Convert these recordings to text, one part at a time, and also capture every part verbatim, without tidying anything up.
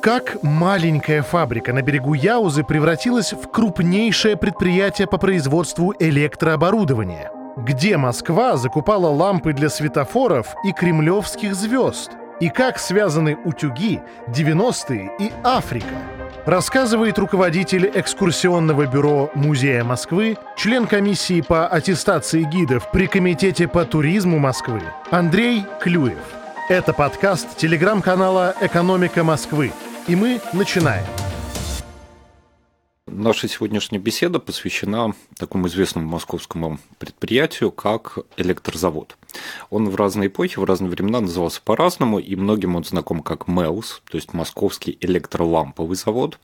Как маленькая фабрика на берегу Яузы превратилась в крупнейшее предприятие по производству электрооборудования? Где Москва закупала лампы для светофоров и кремлевских звезд? И как связаны утюги, девяностые и Африка? Рассказывает руководитель экскурсионного бюро Музея Москвы, член комиссии по аттестации гидов при Комитете по туризму Москвы Андрей Клюев. Это подкаст телеграм-канала «Экономика Москвы». И мы начинаем. Наша сегодняшняя беседа посвящена такому известному московскому предприятию, как электрозавод. Он в разные эпохи, в разные времена назывался по-разному, и многим он знаком как МЭУЗ, то есть Московский электроламповый завод.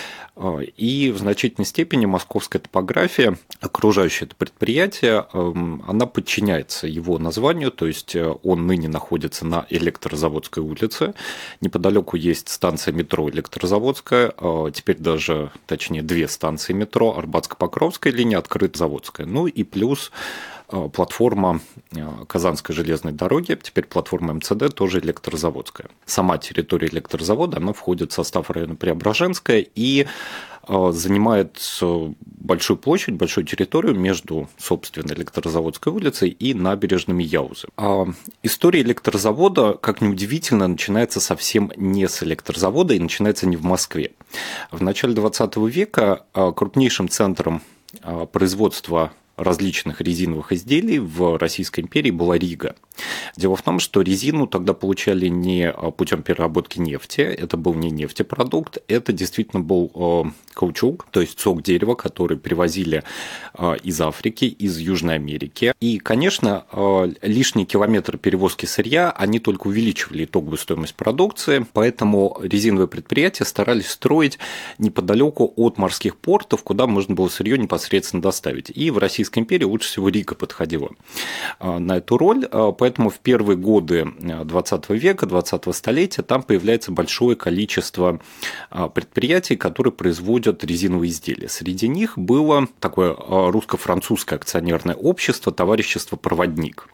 И в значительной степени московская топография, окружающая это предприятие, она подчиняется его названию, то есть он ныне находится на Электрозаводской улице. Неподалеку есть станция метро Электрозаводская, теперь даже, точнее, две станции метро, Арбатско-Покровская линия, Открытозаводская. Ну и плюс платформа Казанской железной дороги, теперь платформа МЦД, тоже электрозаводская. Сама территория электрозавода, она входит в состав района Преображенская и занимает большую площадь, большую территорию между, собственно, Электрозаводской улицей и набережными Яузы. А история электрозавода, как ни удивительно, начинается совсем не с электрозавода и начинается не в Москве. В начале двадцатого века крупнейшим центром производства различных резиновых изделий в Российской империи была Рига. Дело в том, что резину тогда получали не путем переработки нефти, это был не нефтепродукт, это действительно был каучук, то есть сок дерева, который привозили из Африки, из Южной Америки. И, конечно, лишние километры перевозки сырья, они только увеличивали итоговую стоимость продукции, поэтому резиновые предприятия старались строить неподалеку от морских портов, куда можно было сырье непосредственно доставить. И в Российской империи лучше всего Рига подходила на эту роль, поэтому в первые годы двадцатого века, двадцатого столетия там появляется большое количество предприятий, которые производят резиновые изделия. Среди них было такое русско-французское акционерное общество «Товарищество Проводник».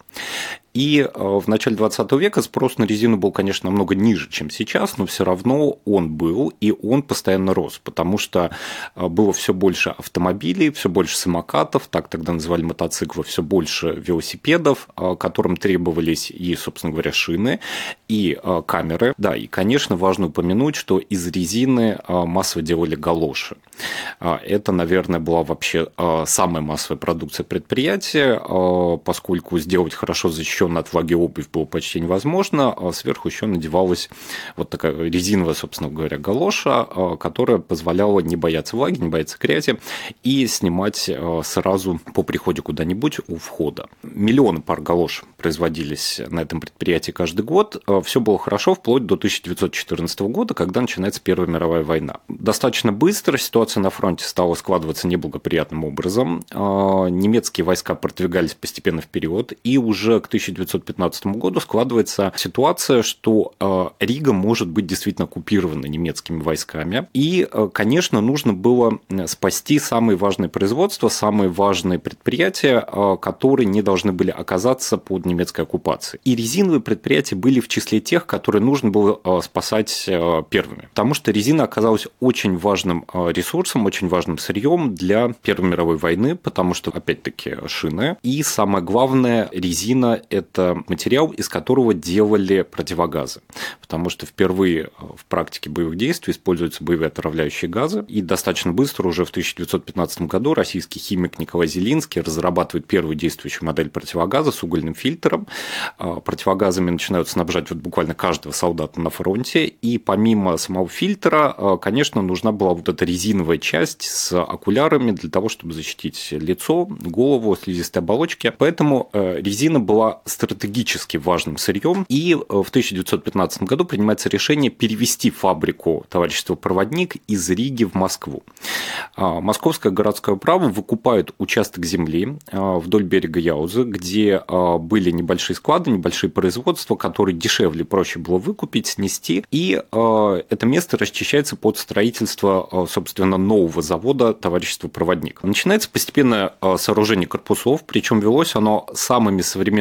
И в начале двадцатого века спрос на резину был, конечно, намного ниже, чем сейчас, но все равно он был, и он постоянно рос, потому что было все больше автомобилей, все больше самокатов, так тогда называли мотоциклы, все больше велосипедов, которым требовались и, собственно говоря, шины, и камеры. Да, и, конечно, важно упомянуть, что из резины массово делали галоши. Это, наверное, была вообще самая массовая продукция предприятия, поскольку сделать хорошо защищенную от влаги обувь было почти невозможно, а сверху еще надевалась вот такая резиновая, собственно говоря, галоша, которая позволяла не бояться влаги, не бояться грязи и снимать сразу по приходе куда-нибудь у входа. Миллионы пар галош производились на этом предприятии каждый год. Все было хорошо вплоть до тысяча девятьсот четырнадцатого года, когда начинается Первая мировая война. Достаточно быстро ситуация на фронте стала складываться неблагоприятным образом. Немецкие войска продвигались постепенно вперед, и уже к тысяча девятьсот пятнадцатому году складывается ситуация, что Рига может быть действительно оккупирована немецкими войсками. И, конечно, нужно было спасти самые важные производства, самые важные предприятия, которые не должны были оказаться под немецкой оккупацией. И резиновые предприятия были в числе тех, которые нужно было спасать первыми. Потому что резина оказалась очень важным ресурсом, очень важным сырьем для Первой мировой войны, потому что, опять-таки, шины. И самое главное, резина – это материал, из которого делали противогазы. Потому что впервые в практике боевых действий используются боевые отравляющие газы. И достаточно быстро, уже в тысяча девятьсот пятнадцатом году, российский химик Николай Зелинский разрабатывает первую действующую модель противогаза с угольным фильтром. Противогазами начинают снабжать вот буквально каждого солдата на фронте. И помимо самого фильтра, конечно, нужна была вот эта резиновая часть с окулярами для того, чтобы защитить лицо, голову, слизистые оболочки. Поэтому резина была стратегически важным сырьем, и в тысяча девятьсот пятнадцатом году принимается решение перевести фабрику товарищества «Проводник» из Риги в Москву. Московское городское право выкупает участок земли вдоль берега Яузы, где были небольшие склады, небольшие производства, которые дешевле, проще было выкупить, снести, и это место расчищается под строительство, собственно, нового завода товарищества «Проводник». Начинается постепенное сооружение корпусов, причем велось оно самыми современными технологиями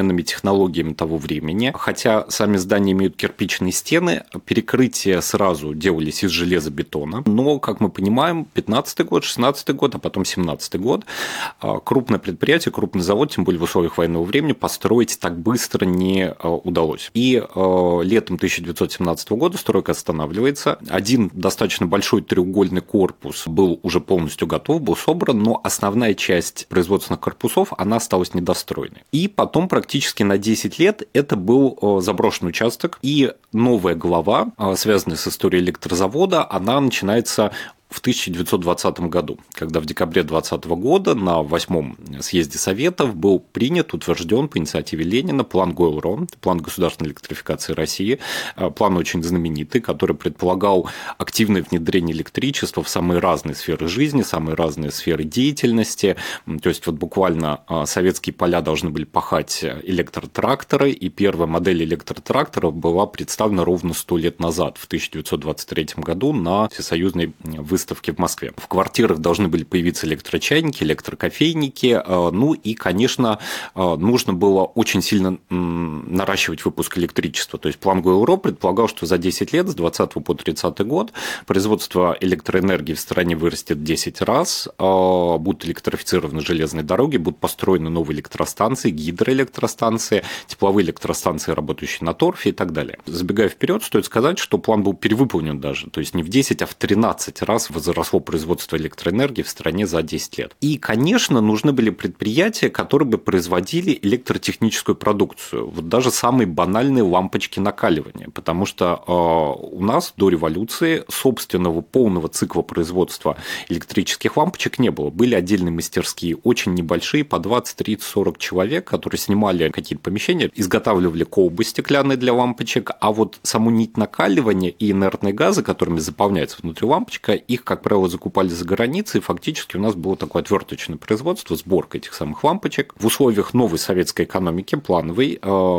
технологиями того времени. Хотя сами здания имеют кирпичные стены, перекрытия сразу делались из железобетона. Но, как мы понимаем, пятнадцатый год, шестнадцатый год, а потом семнадцатый год, крупное предприятие, крупный завод, тем более в условиях военного времени, построить так быстро не удалось. И летом тысяча девятьсот семнадцатого года стройка останавливается. Один достаточно большой треугольный корпус был уже полностью готов, был собран, но основная часть производственных корпусов, она осталась недостроенной. И потом практически на десять лет это был заброшенный участок, и новая глава, связанная с историей электрозавода, она начинается в тысяча девятьсот двадцатом году, когда в декабре двадцатого года на восьмом съезде Советов был принят, утвержден по инициативе Ленина план ГОЭЛРО, план государственной электрификации России, план очень знаменитый, который предполагал активное внедрение электричества в самые разные сферы жизни, самые разные сферы деятельности. То есть вот буквально советские поля должны были пахать электротракторы, и первая модель электротракторов была представлена ровно сто лет назад, в тысяча девятьсот двадцать третьем году на всесоюзной выставке в Москве. В квартирах должны были появиться электрочайники, электрокофейники, ну и, конечно, нужно было очень сильно наращивать выпуск электричества. То есть план ГОЭЛРО предполагал, что за десять лет, с двадцатого по тридцатый год, производство электроэнергии в стране вырастет в десять раз, будут электрифицированы железные дороги, будут построены новые электростанции, гидроэлектростанции, тепловые электростанции, работающие на торфе и так далее. Забегая вперед, стоит сказать, что план был перевыполнен даже, то есть не в десять, а в тринадцать раз возросло производство электроэнергии в стране за десять лет. И, конечно, нужны были предприятия, которые бы производили электротехническую продукцию. Вот даже самые банальные лампочки накаливания, потому что э, у нас до революции собственного полного цикла производства электрических лампочек не было. Были отдельные мастерские, очень небольшие, по двадцать, тридцать, сорок человек, которые снимали какие-то помещения, изготавливали колбы стеклянные для лампочек, а вот саму нить накаливания и инертные газы, которыми заполняется внутри лампочка, их, как правило, закупали за границей, и фактически у нас было такое отверточное производство, сборка этих самых лампочек. В условиях новой советской экономики, плановой,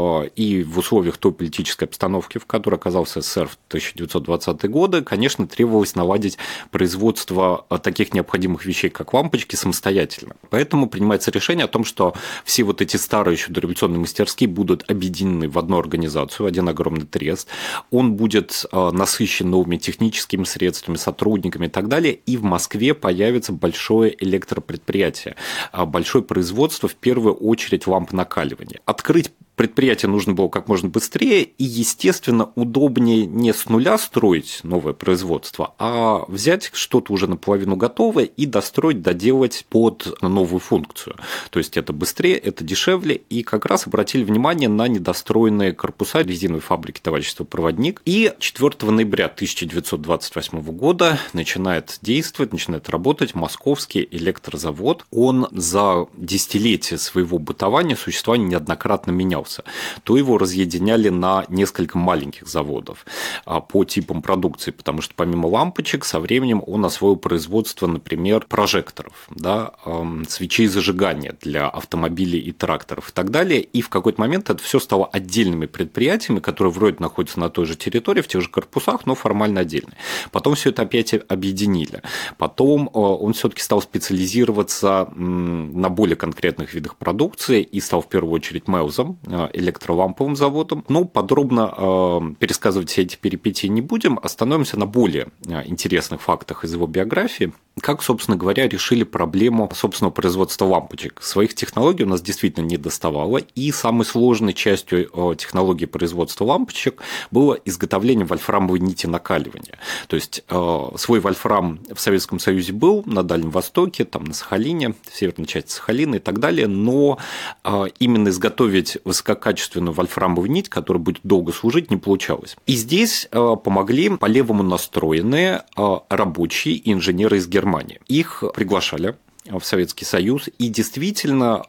и в условиях той политической обстановки, в которой оказался СССР в тысяча девятьсот двадцатые годы, конечно, требовалось наладить производство таких необходимых вещей, как лампочки, самостоятельно. Поэтому принимается решение о том, что все вот эти старые еще дореволюционные мастерские будут объединены в одну организацию, в один огромный трест. Он будет насыщен новыми техническими средствами, сотрудниками и так далее, и в Москве появится большое электропредприятие, большое производство, в первую очередь ламп накаливания. Открыть предприятие нужно было как можно быстрее, и, естественно, удобнее не с нуля строить новое производство, а взять что-то уже наполовину готовое и достроить, доделать под новую функцию. То есть это быстрее, это дешевле, и как раз обратили внимание на недостроенные корпуса резиновой фабрики товарищества «Проводник». И четвёртого ноября тысяча девятьсот двадцать восьмого года начинает действовать, начинает работать Московский электрозавод. Он за десятилетие своего бытования, существования неоднократно менялся. То его разъединяли на несколько маленьких заводов по типам продукции, потому что помимо лампочек со временем он освоил производство, например, прожекторов, да, свечей зажигания для автомобилей и тракторов и так далее. И в какой-то момент это все стало отдельными предприятиями, которые вроде находятся на той же территории, в тех же корпусах, но формально отдельные. Потом все это опять объединили. Потом он все-таки стал специализироваться на более конкретных видах продукции и стал в первую очередь МЭУЗом, электроламповым заводом. Но подробно э, пересказывать все эти перипетии не будем, остановимся на более интересных фактах из его биографии. Как, собственно говоря, решили проблему собственного производства лампочек. Своих технологий у нас действительно не доставало, и самой сложной частью технологии производства лампочек было изготовление вольфрамовой нити накаливания. То есть свой вольфрам в Советском Союзе был на Дальнем Востоке, там на Сахалине, в северной части Сахалина и так далее, но именно изготовить высококачественную вольфрамовую нить, которая будет долго служить, не получалось. И здесь помогли по-левому настроенные рабочие и инженеры из Германии. Их приглашали в Советский Союз, и действительно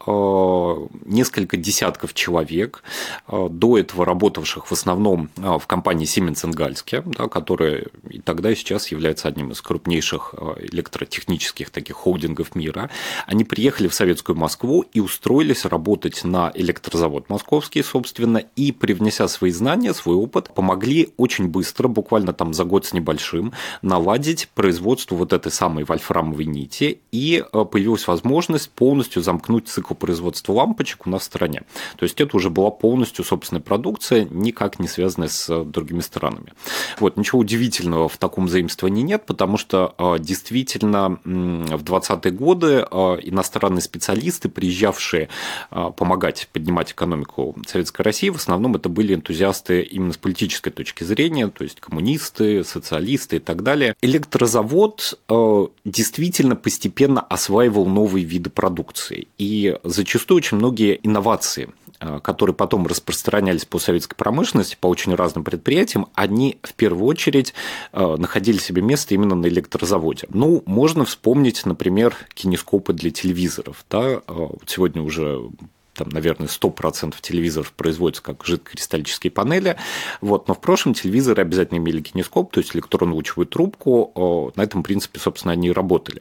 несколько десятков человек, до этого работавших в основном в компании Siemens энд Galske, да, которая и тогда и сейчас является одним из крупнейших электротехнических таких холдингов мира, они приехали в советскую Москву и устроились работать на электрозавод московский, собственно, и, привнеся свои знания, свой опыт, помогли очень быстро, буквально там за год с небольшим, наладить производство вот этой самой вольфрамовой нити и появилась возможность полностью замкнуть цикл производства лампочек у нас в стране. То есть это уже была полностью собственная продукция, никак не связанная с другими странами. Вот, ничего удивительного в таком заимствовании нет, потому что действительно в двадцатые годы иностранные специалисты, приезжавшие помогать поднимать экономику Советской России, в основном это были энтузиасты именно с политической точки зрения, то есть коммунисты, социалисты и так далее. Электрозавод действительно постепенно осваивал новые виды продукции, и зачастую очень многие инновации, которые потом распространялись по советской промышленности, по очень разным предприятиям, они в первую очередь находили себе место именно на электрозаводе. Ну, можно вспомнить, например, кинескопы для телевизоров. Да? Сегодня уже там, наверное, сто процентов телевизоров производятся как жидкокристаллические панели, вот, но в прошлом телевизоры обязательно имели кинескоп, то есть электронно-лучевую трубку, на этом принципе, собственно, они и работали.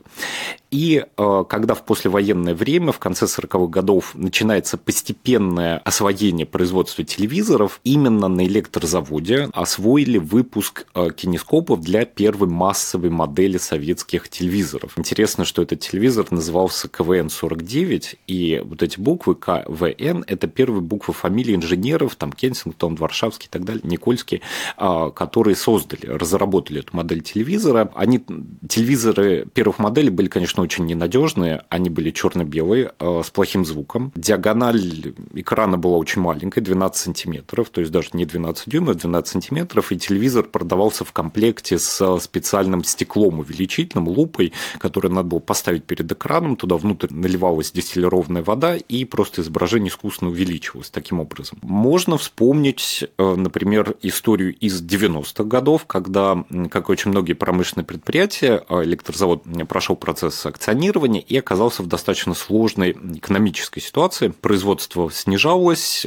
И когда в послевоенное время, в конце сороковых годов, начинается постепенное освоение производства телевизоров, именно на электрозаводе освоили выпуск кинескопов для первой массовой модели советских телевизоров. Интересно, что этот телевизор назывался ка вэ эн сорок девять, и вот эти буквы ка вэ эн – это первые буквы фамилии инженеров, там Кенсингтон, Варшавский и так далее, Никольский, которые создали, разработали эту модель телевизора. Они, телевизоры первых моделей были, конечно, очень ненадежные, они были черно-белые, с плохим звуком. Диагональ экрана была очень маленькая, двенадцать сантиметров, то есть даже не двенадцать дюймов, двенадцать сантиметров, и телевизор продавался в комплекте с специальным стеклом увеличительным, лупой, которую надо было поставить перед экраном, туда внутрь наливалась дистиллированная вода, и просто изображение искусственно увеличивалось таким образом. Можно вспомнить, например, историю из девяностых годов, когда, как и очень многие промышленные предприятия, электрозавод прошел процесс акционирования и оказался в достаточно сложной экономической ситуации. Производство снижалось,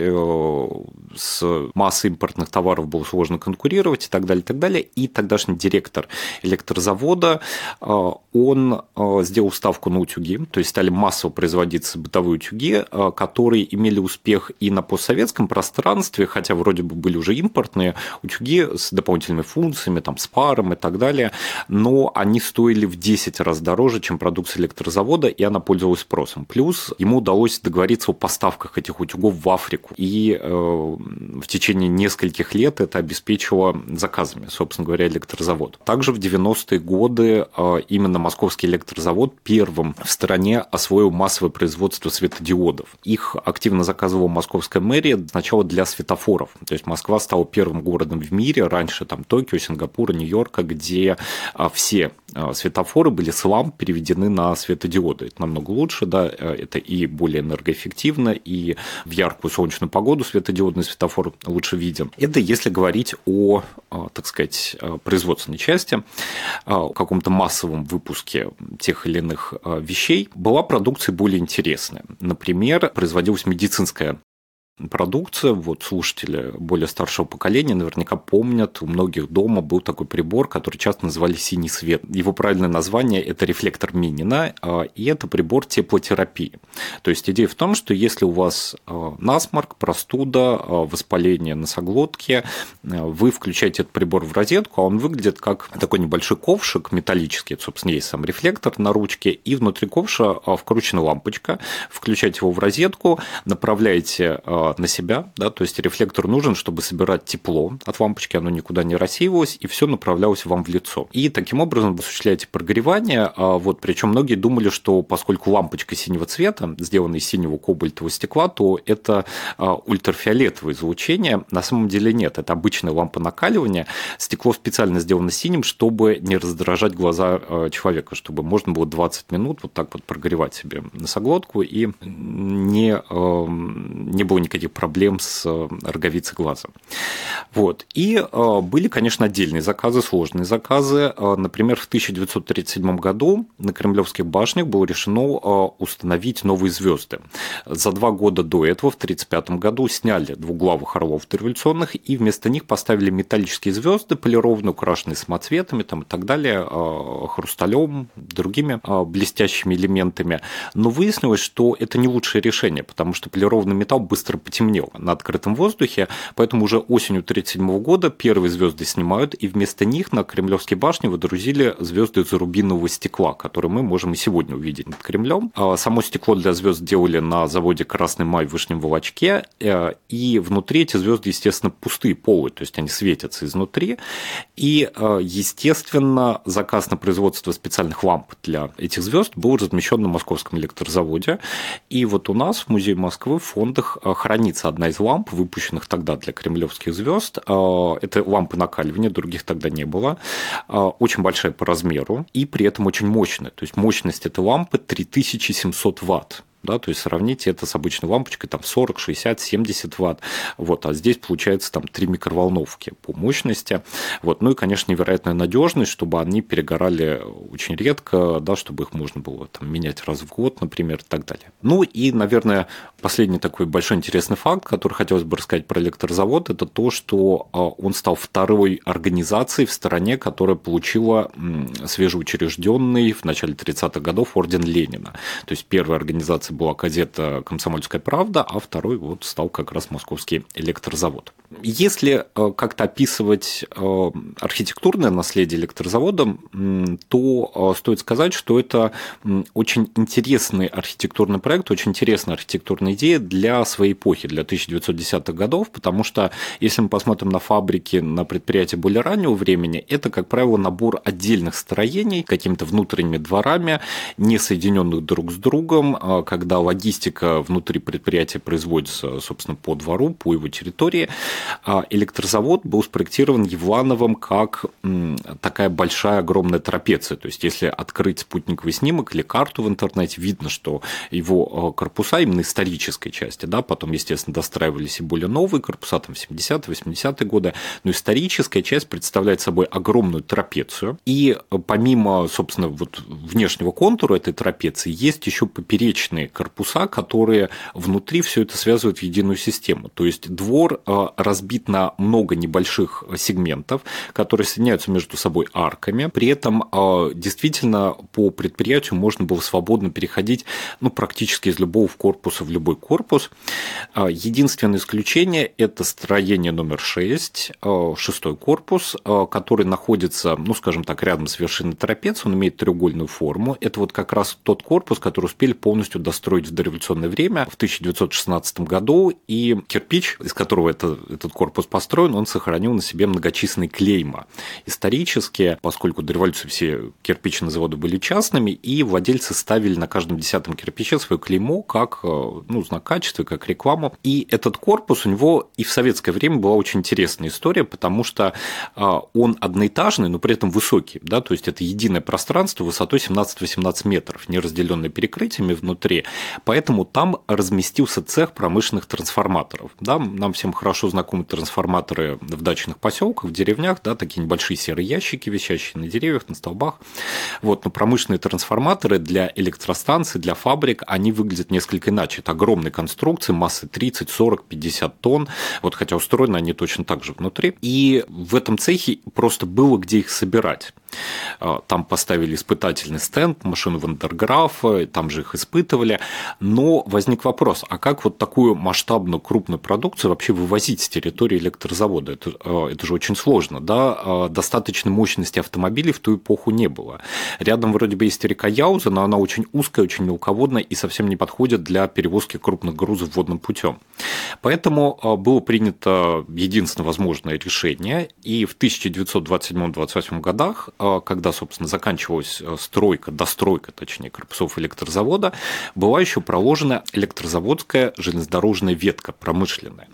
с массой импортных товаров было сложно конкурировать и так далее, и так далее. И тогдашний директор электрозавода, он сделал ставку на утюги, то есть стали массово производиться бытовые утюги, которые имели успех и на постсоветском пространстве, хотя вроде бы были уже импортные утюги с дополнительными функциями, там, с паром и так далее, но они стоили в десять раз дороже, чем продукция электрозавода, и она пользовалась спросом. Плюс ему удалось договориться о поставках этих утюгов в Африку, и э, в течение нескольких лет это обеспечивало заказами, собственно говоря, электрозавод. Также в девяностые годы э, именно московский электрозавод первым в стране освоил массовое производство светодиодов. Их активно заказывала московская мэрия сначала для светофоров. То есть Москва стала первым городом в мире, раньше там Токио, Сингапура, Нью-Йорка, где э, все э, светофоры были с ламп переведены на светодиоды. Это намного лучше, да, это и более энергоэффективно, и в яркую солнечную погоду светодиодный светофор лучше виден. Это если говорить о, так сказать, производственной части, о каком-то массовом выпуске тех или иных вещей. Была продукция более интересная. Например, производилась медицинская продукция. Вот слушатели более старшего поколения наверняка помнят, у многих дома был такой прибор, который часто называли синий свет. Его правильное название – это рефлектор Минина, и это прибор теплотерапии. То есть идея в том, что если у вас насморк, простуда, воспаление носоглотки, вы включаете этот прибор в розетку, а он выглядит как такой небольшой ковшик металлический, это, собственно, есть сам рефлектор на ручке, и внутри ковша вкручена лампочка, включаете его в розетку, направляете на себя, да, то есть рефлектор нужен, чтобы собирать тепло от лампочки, оно никуда не рассеивалось, и все направлялось вам в лицо. И таким образом вы осуществляете прогревание, вот, причем многие думали, что поскольку лампочка синего цвета, сделана из синего кобальтового стекла, то это ультрафиолетовое излучение. На самом деле нет, это обычная лампа накаливания. Стекло специально сделано синим, чтобы не раздражать глаза человека, чтобы можно было двадцать минут вот так вот прогревать себе носоглотку, и не, не было никаких проблем с роговицей глаза. Вот. И были, конечно, отдельные заказы, сложные заказы. Например, в тысяча девятьсот тридцать седьмом году на Кремлевских башнях было решено установить новые звезды. За два года до этого, в тысяча девятьсот тридцать пятом году, сняли двуглавых орлов дореволюционных и вместо них поставили металлические звезды, полированные, украшенные самоцветами там, и так далее, хрусталем, другими блестящими элементами. Но выяснилось, что это не лучшее решение, потому что полированный металл быстро потемнело на открытом воздухе, поэтому уже осенью тысяча девятьсот тридцать седьмого года первые звезды снимают, и вместо них на Кремлевской башне водрузили звезды из рубинового стекла, которые мы можем и сегодня увидеть над Кремлем. Само стекло для звезд делали на заводе «Красный май» в Вышнем Волочке, и внутри эти звезды, естественно, пустые, полые, то есть они светятся изнутри, и, естественно, заказ на производство специальных ламп для этих звезд был размещен на Московском электрозаводе, и вот у нас в Музее Москвы в фондах хранится одна из ламп, выпущенных тогда для кремлевских звезд. Это лампы накаливания, других тогда не было. Очень большая по размеру и при этом очень мощная. То есть мощность этой лампы три тысячи семьсот ватт. Да, то есть сравните это с обычной лампочкой там сорок, шестьдесят, семьдесят ватт, вот, а здесь получается там три микроволновки по мощности, вот, ну и, конечно, невероятная надежность, чтобы они перегорали очень редко, да, чтобы их можно было там менять раз в год, например, и так далее. Ну и, наверное, последний такой большой интересный факт, который хотелось бы рассказать про электрозавод, это то, что он стал второй организацией в стране, которая получила свежеучрежденный в начале тридцатых годов орден Ленина. То есть первая организация была газета «Комсомольская правда», а второй вот стал как раз Московский электрозавод. Если как-то описывать архитектурное наследие электрозавода, то стоит сказать, что это очень интересный архитектурный проект, очень интересная архитектурная идея для своей эпохи, для тысяча девятьсот десятых годов, потому что если мы посмотрим на фабрики, на предприятия более раннего времени, это, как правило, набор отдельных строений, какими-то внутренними дворами, не соединенных друг с другом, когда логистика внутри предприятия производится, собственно, по двору, по его территории. Электрозавод был спроектирован Евлановым как такая большая, огромная трапеция. То есть, если открыть спутниковый снимок или карту в интернете, видно, что его корпуса именно исторической части, да, потом, естественно, достраивались и более новые корпуса, там, в семидесятые, восьмидесятые годы, но историческая часть представляет собой огромную трапецию. И помимо, собственно, вот внешнего контура этой трапеции, есть еще поперечные корпуса, которые внутри все это связывают в единую систему. То есть, двор разбит на много небольших сегментов, которые соединяются между собой арками. При этом действительно по предприятию можно было свободно переходить, ну, практически из любого корпуса в любой корпус. Единственное исключение – это строение номер шесть, шестой корпус, который находится, ну, скажем так, рядом с вершиной трапеции, он имеет треугольную форму. Это вот как раз тот корпус, который успели полностью достроить в дореволюционное время, в тысяча девятьсот шестнадцатом году, и кирпич, из которого это, этот корпус построен, он сохранил на себе многочисленные клейма. Исторически, поскольку до революции все кирпичные заводы были частными, и владельцы ставили на каждом десятом кирпиче свое клеймо как, ну, знак качества, как рекламу. И этот корпус у него и в советское время была очень интересная история, потому что он одноэтажный, но при этом высокий, да, то есть это единое пространство высотой семнадцать-восемнадцать метров, не разделенное перекрытиями внутри, поэтому там разместился цех промышленных трансформаторов. Да, нам всем хорошо знакомы трансформаторы в дачных поселках, в деревнях, да, такие небольшие серые ящики, висящие на деревьях, на столбах. Вот, но промышленные трансформаторы для электростанций, для фабрик, они выглядят несколько иначе. Это огромные конструкции, массой тридцать, сорок, пятьдесят тонн, вот, хотя устроены они точно так же внутри. И в этом цехе просто было где их собирать. Там поставили испытательный стенд, машину Вандерграфа, там же их испытывали. Но возник вопрос, а как вот такую масштабную крупную продукцию вообще вывозить с территории электрозавода? Это, это же очень сложно, да? Достаточной мощности автомобилей в ту эпоху не было. Рядом вроде бы есть река Яуза, но она очень узкая, очень мелководная и совсем не подходит для перевозки крупных грузов водным путем. Поэтому было принято единственное возможное решение, и в тысяча девятьсот двадцать седьмом — двадцать восьмом годах, когда, собственно, заканчивалась стройка, достройка, точнее, корпусов электрозавода, была еще проложена электрозаводская железнодорожная ветка промышленная.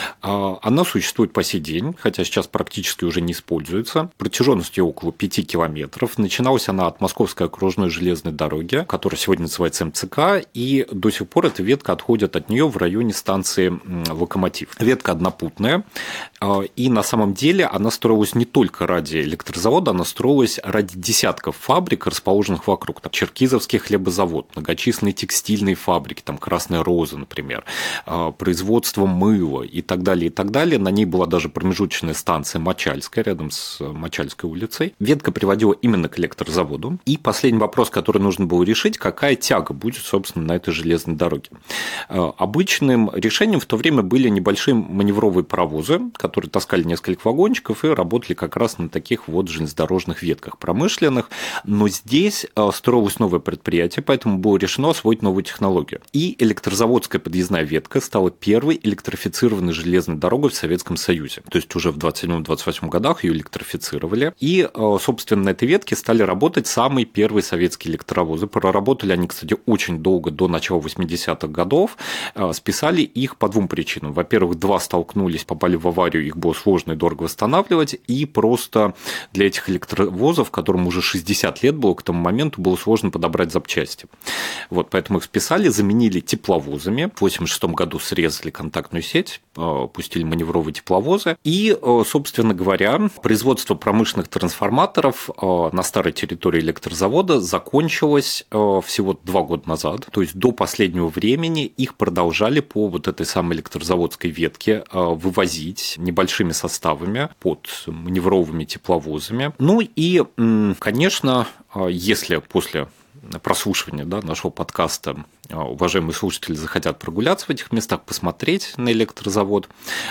Она существует по сей день, хотя сейчас практически уже не используется. Протяженностью около пяти километров. Начиналась она от Московской окружной железной дороги, которая сегодня называется эм цэ ка, и до сих пор эта ветка отходит от нее в районе станции Локомотив. Ветка однопутная, и на самом деле она строилась не только ради электрозавода, она строилась ради ради десятков фабрик, расположенных вокруг. Там Черкизовский хлебозавод, многочисленные текстильные фабрики, там Красная Роза, например, производство мыла и так далее, и так далее. На ней была даже промежуточная станция Мочальская, рядом с Мочальской улицей. Ветка приводила именно к электрозаводу. И последний вопрос, который нужно было решить, какая тяга будет, собственно, на этой железной дороге. Обычным решением в то время были небольшие маневровые паровозы, которые таскали несколько вагончиков и работали как раз на таких вот железнодорожных ветках промышленных. Но здесь строилось новое предприятие, поэтому было решено освоить новую технологию. И электрозаводская подъездная ветка стала первой электрифицированной железной дорогой в Советском Союзе. То есть уже в двадцать седьмом — двадцать восьмом годах ее электрифицировали. И, собственно, на этой ветке стали работать самые первые советские электровозы. Проработали они, кстати, очень долго, до начала восьмидесятых годов. Списали их по двум причинам. Во-первых, два столкнулись, попали в аварию, их было сложно и дорого восстанавливать. И просто для этих электровозов, которым уже шестьдесят лет было к тому моменту, было сложно подобрать запчасти. Вот, поэтому их списали, заменили тепловозами. В восемьдесят шестом году срезали контактную сеть, пустили маневровые тепловозы. И, собственно говоря, производство промышленных трансформаторов на старой территории электрозавода закончилось всего два года назад. То есть до последнего времени их продолжали по вот этой самой электрозаводской ветке вывозить небольшими составами под маневровыми тепловозами. Ну и, конечно, если после прослушивания, да, нашего подкаста уважаемые слушатели захотят прогуляться в этих местах, посмотреть на электрозавод,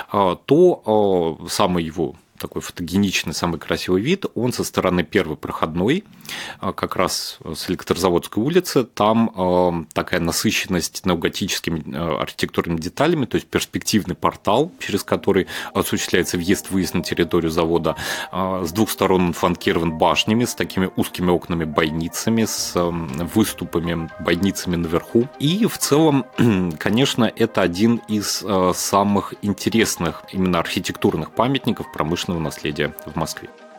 то самый его такой фотогеничный, самый красивый вид, он со стороны первой проходной, как раз с Электрозаводской улицы, там такая насыщенность неоготическими архитектурными деталями, то есть перспективный портал, через который осуществляется въезд-выезд на территорию завода, с двух сторон он фланкирован башнями, с такими узкими окнами-бойницами, с выступами, бойницами наверху. И в целом, конечно, это один из самых интересных именно архитектурных памятников промышленного наследия в Москве.